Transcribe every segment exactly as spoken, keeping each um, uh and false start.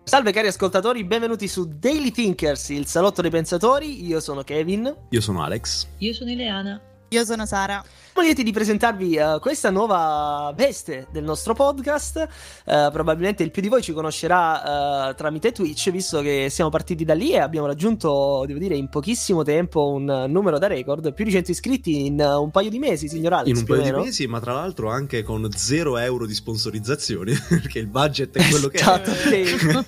Salve cari ascoltatori, benvenuti su Daily Thinkers, il salotto dei pensatori. Io sono Kevin. Io sono Alex. Io sono Ileana. Io sono Sara. Siamo lieti di presentarvi uh, questa nuova veste del nostro podcast. Uh, probabilmente il più di voi ci conoscerà uh, tramite Twitch, visto che siamo partiti da lì e abbiamo raggiunto, devo dire, in pochissimo tempo un uh, numero da record. Più di cento iscritti in uh, un paio di mesi, signor Alex. In un paio di mesi, ma tra l'altro anche con zero euro di sponsorizzazioni, perché il budget è quello che esatto, è.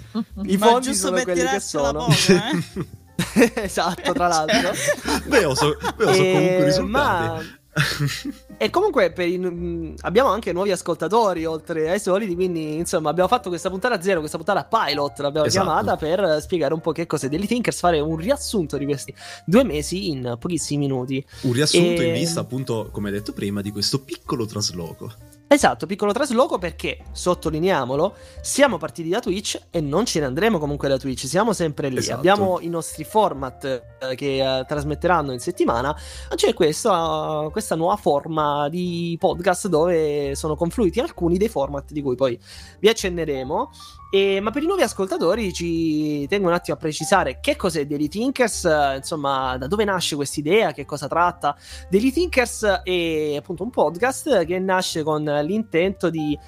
I fondi sono quelli che sono. Poco, eh? Esatto, tra l'altro. Beh, io so, beh, io so E... comunque risultati. Ma... E comunque per i, abbiamo anche nuovi ascoltatori oltre ai soliti, quindi insomma abbiamo fatto questa puntata zero, questa puntata pilot l'abbiamo Esatto. chiamata, per spiegare un po' che cos'è Daily Thinkers, fare un riassunto di questi due mesi in pochissimi minuti. Un riassunto E... in vista, appunto, come detto prima, di questo piccolo trasloco. Esatto, piccolo trasloco perché, sottolineiamolo, siamo partiti da Twitch e non ce ne andremo comunque da Twitch, siamo sempre lì. Esatto. Abbiamo i nostri format eh, che eh, trasmetteranno in settimana. C'è questa, uh, questa nuova forma di podcast dove sono confluiti alcuni dei format di cui poi vi accenneremo. E, ma per i nuovi ascoltatori ci tengo un attimo a precisare che cos'è Daily Thinkers, eh, insomma da dove nasce questa idea, che cosa tratta. Daily Thinkers è appunto un podcast che nasce con l'intento di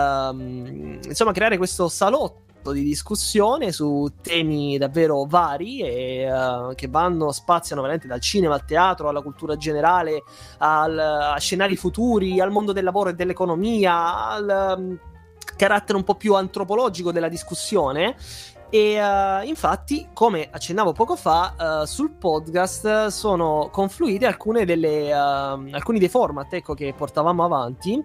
ehm, insomma creare questo salotto di discussione su temi davvero vari e uh, che vanno, spaziano veramente dal cinema al teatro, alla cultura generale, al, a scenari futuri, al mondo del lavoro e dell'economia, al um, carattere un po' più antropologico della discussione. E uh, infatti, come accennavo poco fa, uh, sul podcast sono confluite alcune delle uh, alcuni dei format, ecco, che portavamo avanti.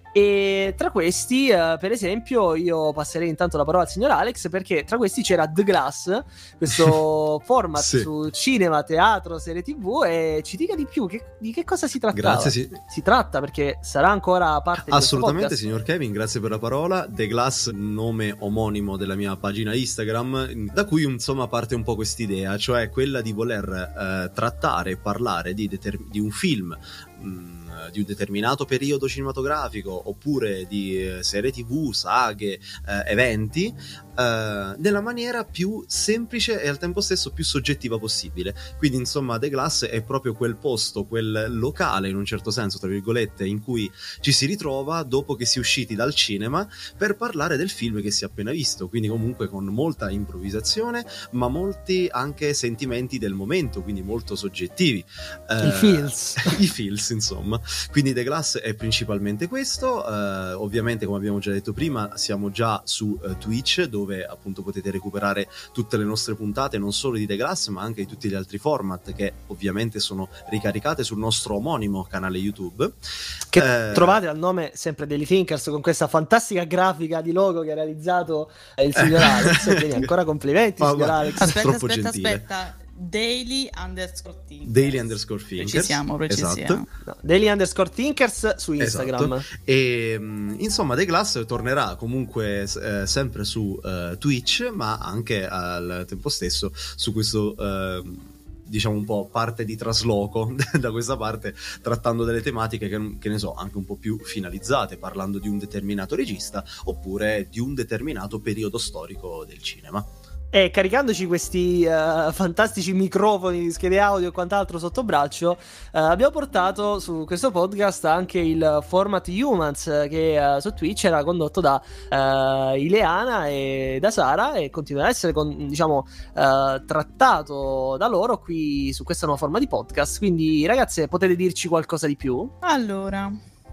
E tra questi, uh, per esempio, io passerei intanto la parola al signor Alex, perché tra questi c'era The Glass, questo format Sì. su cinema, teatro, serie tv, e ci dica di più, che, di che cosa si trattava? Grazie, sì. Si tratta, perché sarà ancora parte di questo Assolutamente, podcast. signor Kevin, grazie per la parola. The Glass, nome omonimo della mia pagina Instagram, da cui insomma parte un po' quest'idea, cioè quella di voler eh, trattare e parlare di, determ- di un film, mh, di un determinato periodo cinematografico, oppure di eh, serie tv, saghe, eh, eventi, eh, nella maniera più semplice e al tempo stesso più soggettiva possibile. Quindi insomma The Glass è proprio quel posto, quel locale in un certo senso, tra virgolette, in cui ci si ritrova dopo che si è usciti dal cinema per parlare del film che si è appena visto, quindi comunque con molta improvvisazione, ma molti anche sentimenti del momento, quindi molto soggettivi. I feels. I feels, insomma. Quindi The Glass è principalmente questo. eh, ovviamente, come abbiamo già detto prima, siamo già su eh, Twitch, dove appunto potete recuperare tutte le nostre puntate, non solo di The Glass ma anche di tutti gli altri format, che ovviamente sono ricaricate sul nostro omonimo canale YouTube, che eh, trovate al nome sempre Daily Thinkers, con questa fantastica grafica di logo che ha realizzato eh, il signor Alex. Quindi ancora complimenti, Ma- signor ma- Alex. Aspetta, Troppo aspetta, gentile. aspetta. Daily underscore Thinkers. Daily underscore Thinkers. Precisiamo, precisiamo. Esatto. No, Daily underscore Thinkers su Instagram. Esatto. E mh, insomma The Glass tornerà comunque eh, sempre su eh, Twitch, ma anche al tempo stesso su questo eh, diciamo un po' parte di trasloco da questa parte, trattando delle tematiche che, che ne so, anche un po' più finalizzate, parlando di un determinato regista oppure di un determinato periodo storico del cinema. E caricandoci questi uh, fantastici microfoni, schede audio e quant'altro sotto braccio, uh, abbiamo portato su questo podcast anche il format Humans, che uh, su Twitch era condotto da uh, Ileana e da Sara, e continua ad essere con, diciamo uh, trattato da loro qui su questa nuova forma di podcast. Quindi ragazze, potete dirci qualcosa di più? Allora,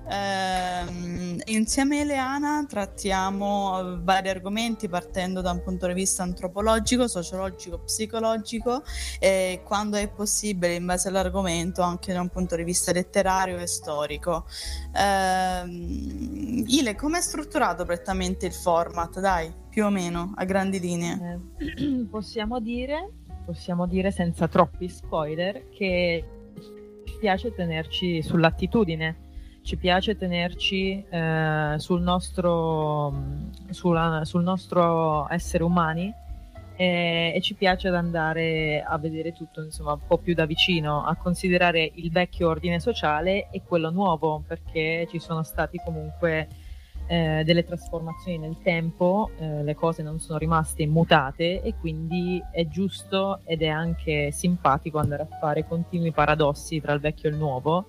ehm, insieme a Eleana trattiamo vari argomenti partendo da un punto di vista antropologico, sociologico, psicologico e, quando è possibile, in base all'argomento, anche da un punto di vista letterario e storico. Ehm, Ile, come è strutturato prettamente il format? Dai, più o meno, a grandi linee. Eh, possiamo dire, possiamo dire senza troppi spoiler che ci piace tenerci sull'attitudine. Ci piace tenerci eh, sul nostro sulla, sul nostro essere umani e, e ci piace ad andare a vedere tutto, insomma, un po' più da vicino, a considerare il vecchio ordine sociale e quello nuovo, perché ci sono stati comunque eh, delle trasformazioni nel tempo, eh, le cose non sono rimaste immutate e quindi è giusto ed è anche simpatico andare a fare continui paradossi tra il vecchio e il nuovo,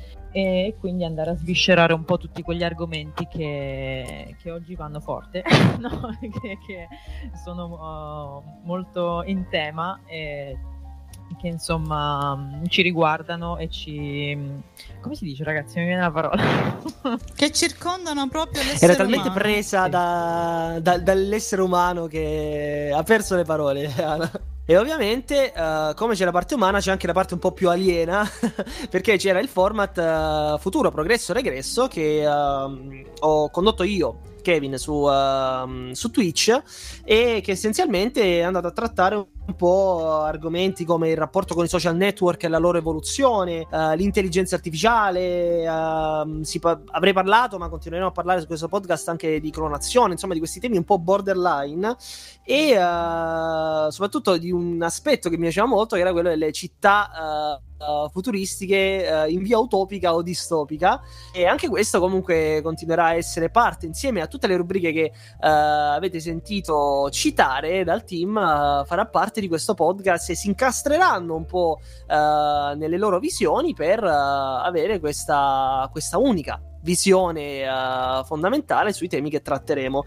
e quindi andare a sviscerare un po' tutti quegli argomenti che, che oggi vanno forte, no? che, che sono uh, molto in tema e che insomma ci riguardano e ci, come si dice, ragazzi, mi viene la parola, che circondano proprio l'essere era talmente umano. presa Sì. da, da- dall'essere umano che ha perso le parole. E ovviamente, uh, come c'è la parte umana, c'è anche la parte un po' più aliena, perché c'era il format uh, futuro, progresso, regresso, che uh, ho condotto io, Kevin, su, uh, su Twitch, e che essenzialmente è andato a trattare un po' argomenti come il rapporto con i social network e la loro evoluzione, uh, l'intelligenza artificiale, uh, si pa- avrei parlato, ma continueremo a parlare su questo podcast anche di clonazione, insomma di questi temi un po' borderline, e uh, soprattutto di un aspetto che mi piaceva molto, che era quello delle città uh, Uh, futuristiche uh, in via utopica o distopica, e anche questo comunque continuerà a essere parte, insieme a tutte le rubriche che uh, avete sentito citare dal team, uh, farà parte di questo podcast e si incastreranno un po' uh, nelle loro visioni per uh, avere questa, questa unica visione uh, fondamentale sui temi che tratteremo.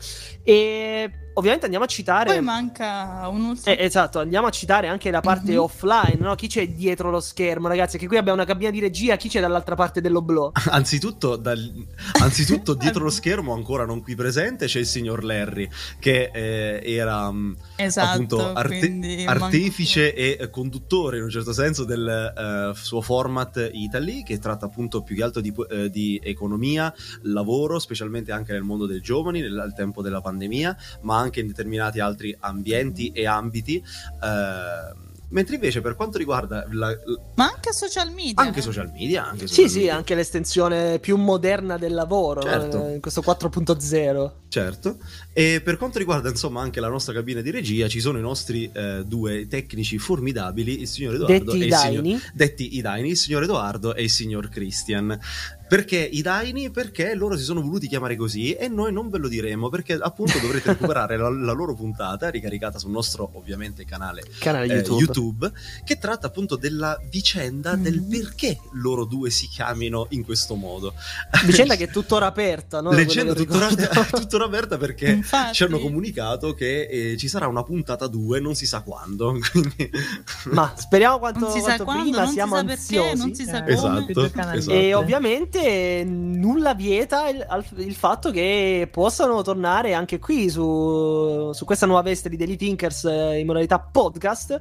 E ovviamente andiamo a citare, poi manca un ultimo, eh, esatto, andiamo a citare anche la parte Mhm. offline, no? Chi c'è dietro lo schermo, ragazzi? Che qui abbiamo una cabina di regia, chi c'è dall'altra parte dell'oblò? Anzitutto, dal- anzitutto dietro lo schermo, ancora non qui presente, c'è il signor Larry, che eh, era mh, esatto, appunto arte- quindi artefice e conduttore in un certo senso del eh, suo format Italy, che tratta appunto più che altro di, eh, di economia, lavoro, specialmente anche nel mondo dei giovani nel, al tempo della pandemia, ma anche in determinati altri ambienti e ambiti. eh, Mentre invece per quanto riguarda la, la- ma anche social media, anche eh. social media, anche Sì, social sì, media. anche l'estensione più moderna del lavoro, Certo. no? In questo quattro punto zero. Certo, e per quanto riguarda insomma anche la nostra cabina di regia, ci sono i nostri eh, due tecnici formidabili, il signor Edoardo Detti e i il signor, Daini. detti i Daini, il signor Edoardo e il signor Christian. Perché i Daini? Perché loro si sono voluti chiamare così e noi non ve lo diremo, perché appunto dovrete recuperare la, la loro puntata ricaricata sul nostro ovviamente canale Canale eh, YouTube. YouTube, che tratta appunto della vicenda del Mhm. perché loro due si chiamino in questo modo. Vicenda che è tuttora aperta, no? Leggenda Quello che tuttora, ricordo. tuttora aperta, perché Infatti. ci hanno comunicato che eh, ci sarà una puntata due, non si sa quando. Quindi... Ma speriamo quanto, non si sa quanto quando, prima, non si siamo sa perché, ansiosi. non si sa Eh, come. Esatto, tutti i canali. esatto. E ovviamente nulla vieta il, al- il fatto che possano tornare anche qui su, su questa nuova veste di Daily Thinkers eh, in modalità podcast.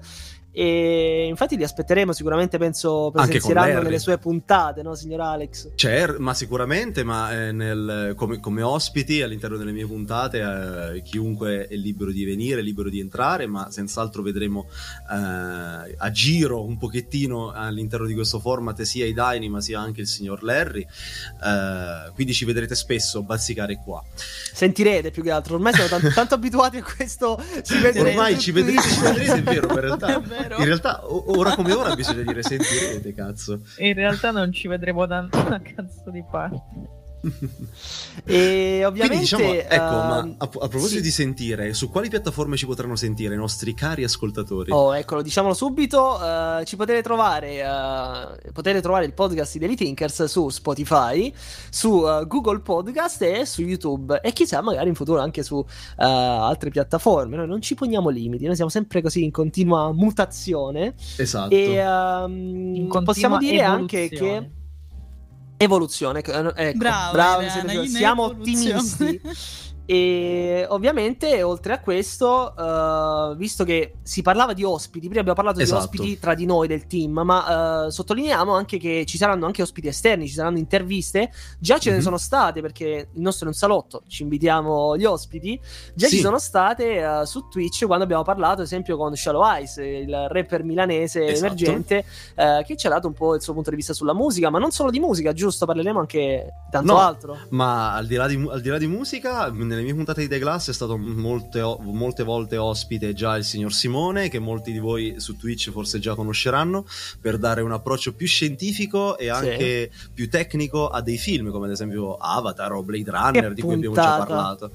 E infatti li aspetteremo sicuramente, penso Anche con presenzieranno Larry. nelle sue puntate, no, signor Alex? C'è, ma sicuramente, ma eh, nel- come, come ospiti all'interno delle mie puntate, eh, chiunque è libero di venire, è libero di entrare, ma senz'altro vedremo eh, a giro un pochettino all'interno di questo format sia i Daini ma sia anche il signor Larry, eh, quindi ci vedrete spesso bazzicare qua. Sentirete più che altro, ormai siamo tanto, tanto abituati a questo. Si vedrete Ormai su ci vedrete, Twitch. ci vedrete, è vero, ma in realtà, È vero. in realtà o- ora come ora bisogna dire sentirete, cazzo. In realtà non ci vedremo da una cazzo di parte. E ovviamente Quindi diciamo, ecco, ma ehm, a, a proposito sì. di sentire, su quali piattaforme ci potranno sentire i nostri cari ascoltatori? Oh, eccolo, diciamolo subito, eh, ci potete trovare, eh, potete trovare il podcast di Daily Thinkers su Spotify, su eh, Google Podcast e su YouTube, e chissà magari in futuro anche su eh, altre piattaforme. Noi non ci poniamo limiti, noi siamo sempre così in continua mutazione. Esatto. E ehm, In continua possiamo dire anche evoluzione. che evoluzione, ecco, Brava, brava, Eliana, siete- in siamo evoluzione. ottimisti. E ovviamente oltre a questo, eh, visto che si parlava di ospiti, prima abbiamo parlato Esatto. di ospiti tra di noi del team, ma eh, sottolineiamo anche che ci saranno anche ospiti esterni, ci saranno interviste, già ce Mhm. ne sono state, perché il nostro è un salotto, ci invitiamo gli ospiti, già Sì. ci sono state eh, su Twitch quando abbiamo parlato ad esempio con Shallow Ice, il rapper milanese Esatto. emergente, eh, che ci ha dato un po' il suo punto di vista sulla musica, ma non solo di musica, giusto? Parleremo anche di tanto No. altro. Ma al di là di, mu- al di là di musica, nelle mie puntate di The Glass è stato molte, molte volte ospite già il signor Simone, che molti di voi su Twitch forse già conosceranno, per dare un approccio più scientifico e anche sì. più tecnico a dei film come ad esempio Avatar o Blade Runner, che di cui abbiamo già parlato.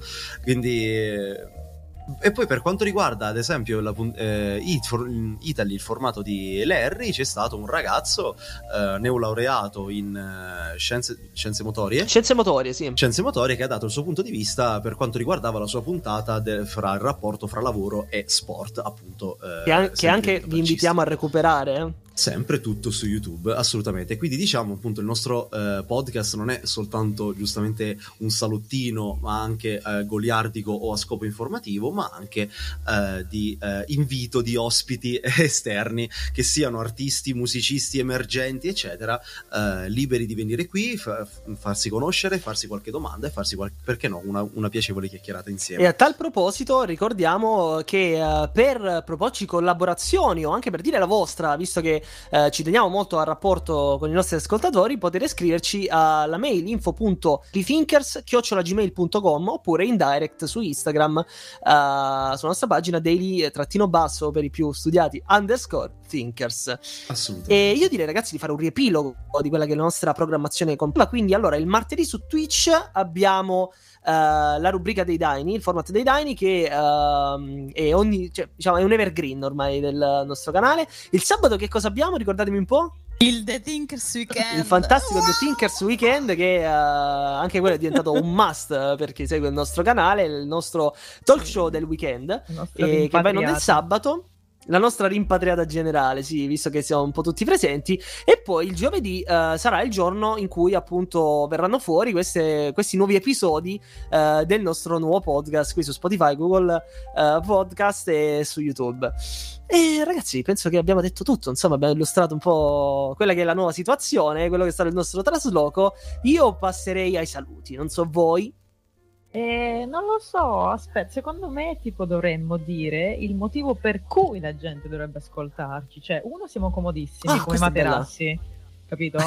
Quindi e poi per quanto riguarda ad esempio la, eh, Italy, il formato di Larry, c'è stato un ragazzo eh, neolaureato in eh, scienze, scienze motorie scienze motorie sì scienze motorie che ha dato il suo punto di vista per quanto riguardava la sua puntata de, fra il rapporto fra lavoro e sport, appunto eh, che, an- che anche vi invitiamo a recuperare eh? Sempre tutto su YouTube, assolutamente. Quindi diciamo appunto il nostro eh, podcast non è soltanto giustamente un salottino, ma anche eh, goliardico o a scopo informativo, ma anche eh, di eh, invito di ospiti esterni, che siano artisti, musicisti emergenti, eccetera, eh, liberi di venire qui, fa- farsi conoscere, farsi qualche domanda e farsi qualche, perché no, una, una piacevole chiacchierata insieme. E a tal proposito ricordiamo che uh, per proporci collaborazioni o anche per dire la vostra, visto che Uh, ci teniamo molto al rapporto con i nostri ascoltatori, potete scriverci alla mail info punto thinkers chiocciola gmail punto com oppure in direct su Instagram uh, sulla nostra pagina daily-basso per i più studiati underscore thinkers. Assolutamente. E io direi ragazzi di fare un riepilogo di quella che è la nostra programmazione completa. Quindi allora il martedì su Twitch abbiamo Uh, la rubrica dei Daini, il format dei Daini che uh, è, ogni, cioè, diciamo, è un evergreen ormai del nostro canale. Il sabato che cosa abbiamo? Ricordatemi un po'. Il The Thinkers Weekend. Il fantastico wow. The Thinkers Weekend, che uh, anche quello è diventato un must uh, per chi segue il nostro canale, il nostro talk show del weekend, eh, che va in onda il sabato. La nostra rimpatriata generale, sì, visto che siamo un po' tutti presenti. E poi il giovedì uh, sarà il giorno in cui appunto verranno fuori queste, questi nuovi episodi uh, del nostro nuovo podcast qui su Spotify, Google uh, Podcast e su YouTube. E ragazzi, penso che abbiamo detto tutto. Insomma, abbiamo illustrato un po' quella che è la nuova situazione, quello che è stato il nostro trasloco. Io passerei ai saluti, non so voi. Eh, non lo so, aspetta, secondo me tipo dovremmo dire il motivo per cui la gente dovrebbe ascoltarci. Cioè, uno, siamo comodissimi ah, come materassi, capito?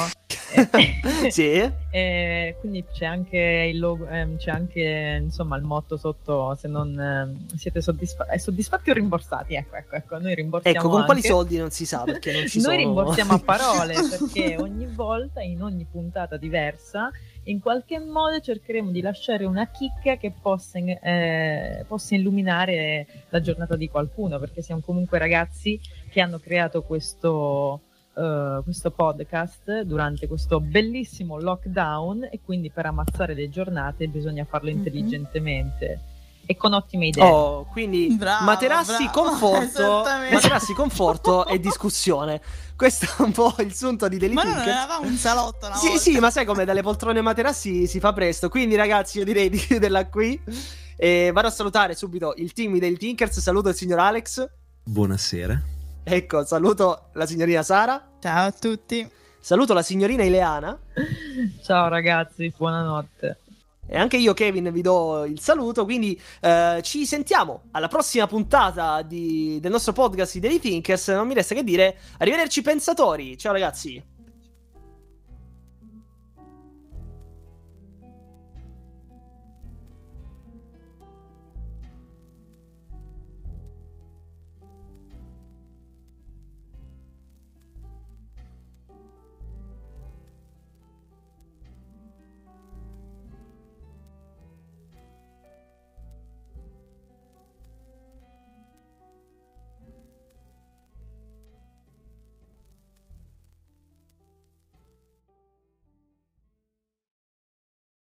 eh, sì. Eh, quindi c'è anche il logo, ehm, c'è anche insomma il motto sotto, se non ehm, siete soddisfa- eh, soddisfatti o rimborsati, ecco, ecco, ecco, noi rimborsiamo. Ecco, con anche. quali soldi non si sa, perché non ci noi sono. Noi rimborsiamo a parole, perché ogni volta, in ogni puntata diversa, in qualche modo cercheremo di lasciare una chicca che possa, eh, possa illuminare la giornata di qualcuno, perché siamo comunque ragazzi che hanno creato questo, uh, questo podcast durante questo bellissimo lockdown, e quindi per ammazzare le giornate bisogna farlo intelligentemente. Mm-hmm. E con ottime idee. Oh, quindi bravo, materassi, bravo. Conforto, materassi, conforto e discussione. Questo è un po' il sunto di Daily Thinkers. Ma non eravamo un salotto una Sì, volta. sì, ma sai come dalle poltrone materassi si fa presto. Quindi ragazzi, io direi di chiuderla qui. E vado a salutare subito il team di Daily Thinkers. Saluto il signor Alex. Buonasera. Ecco, saluto la signorina Sara. Ciao a tutti. Saluto la signorina Ileana. Ciao ragazzi, buonanotte. E anche io, Kevin, vi do il saluto. Quindi eh, ci sentiamo alla prossima puntata di, del nostro podcast di Daily Thinkers. Non mi resta che dire arrivederci pensatori. Ciao ragazzi.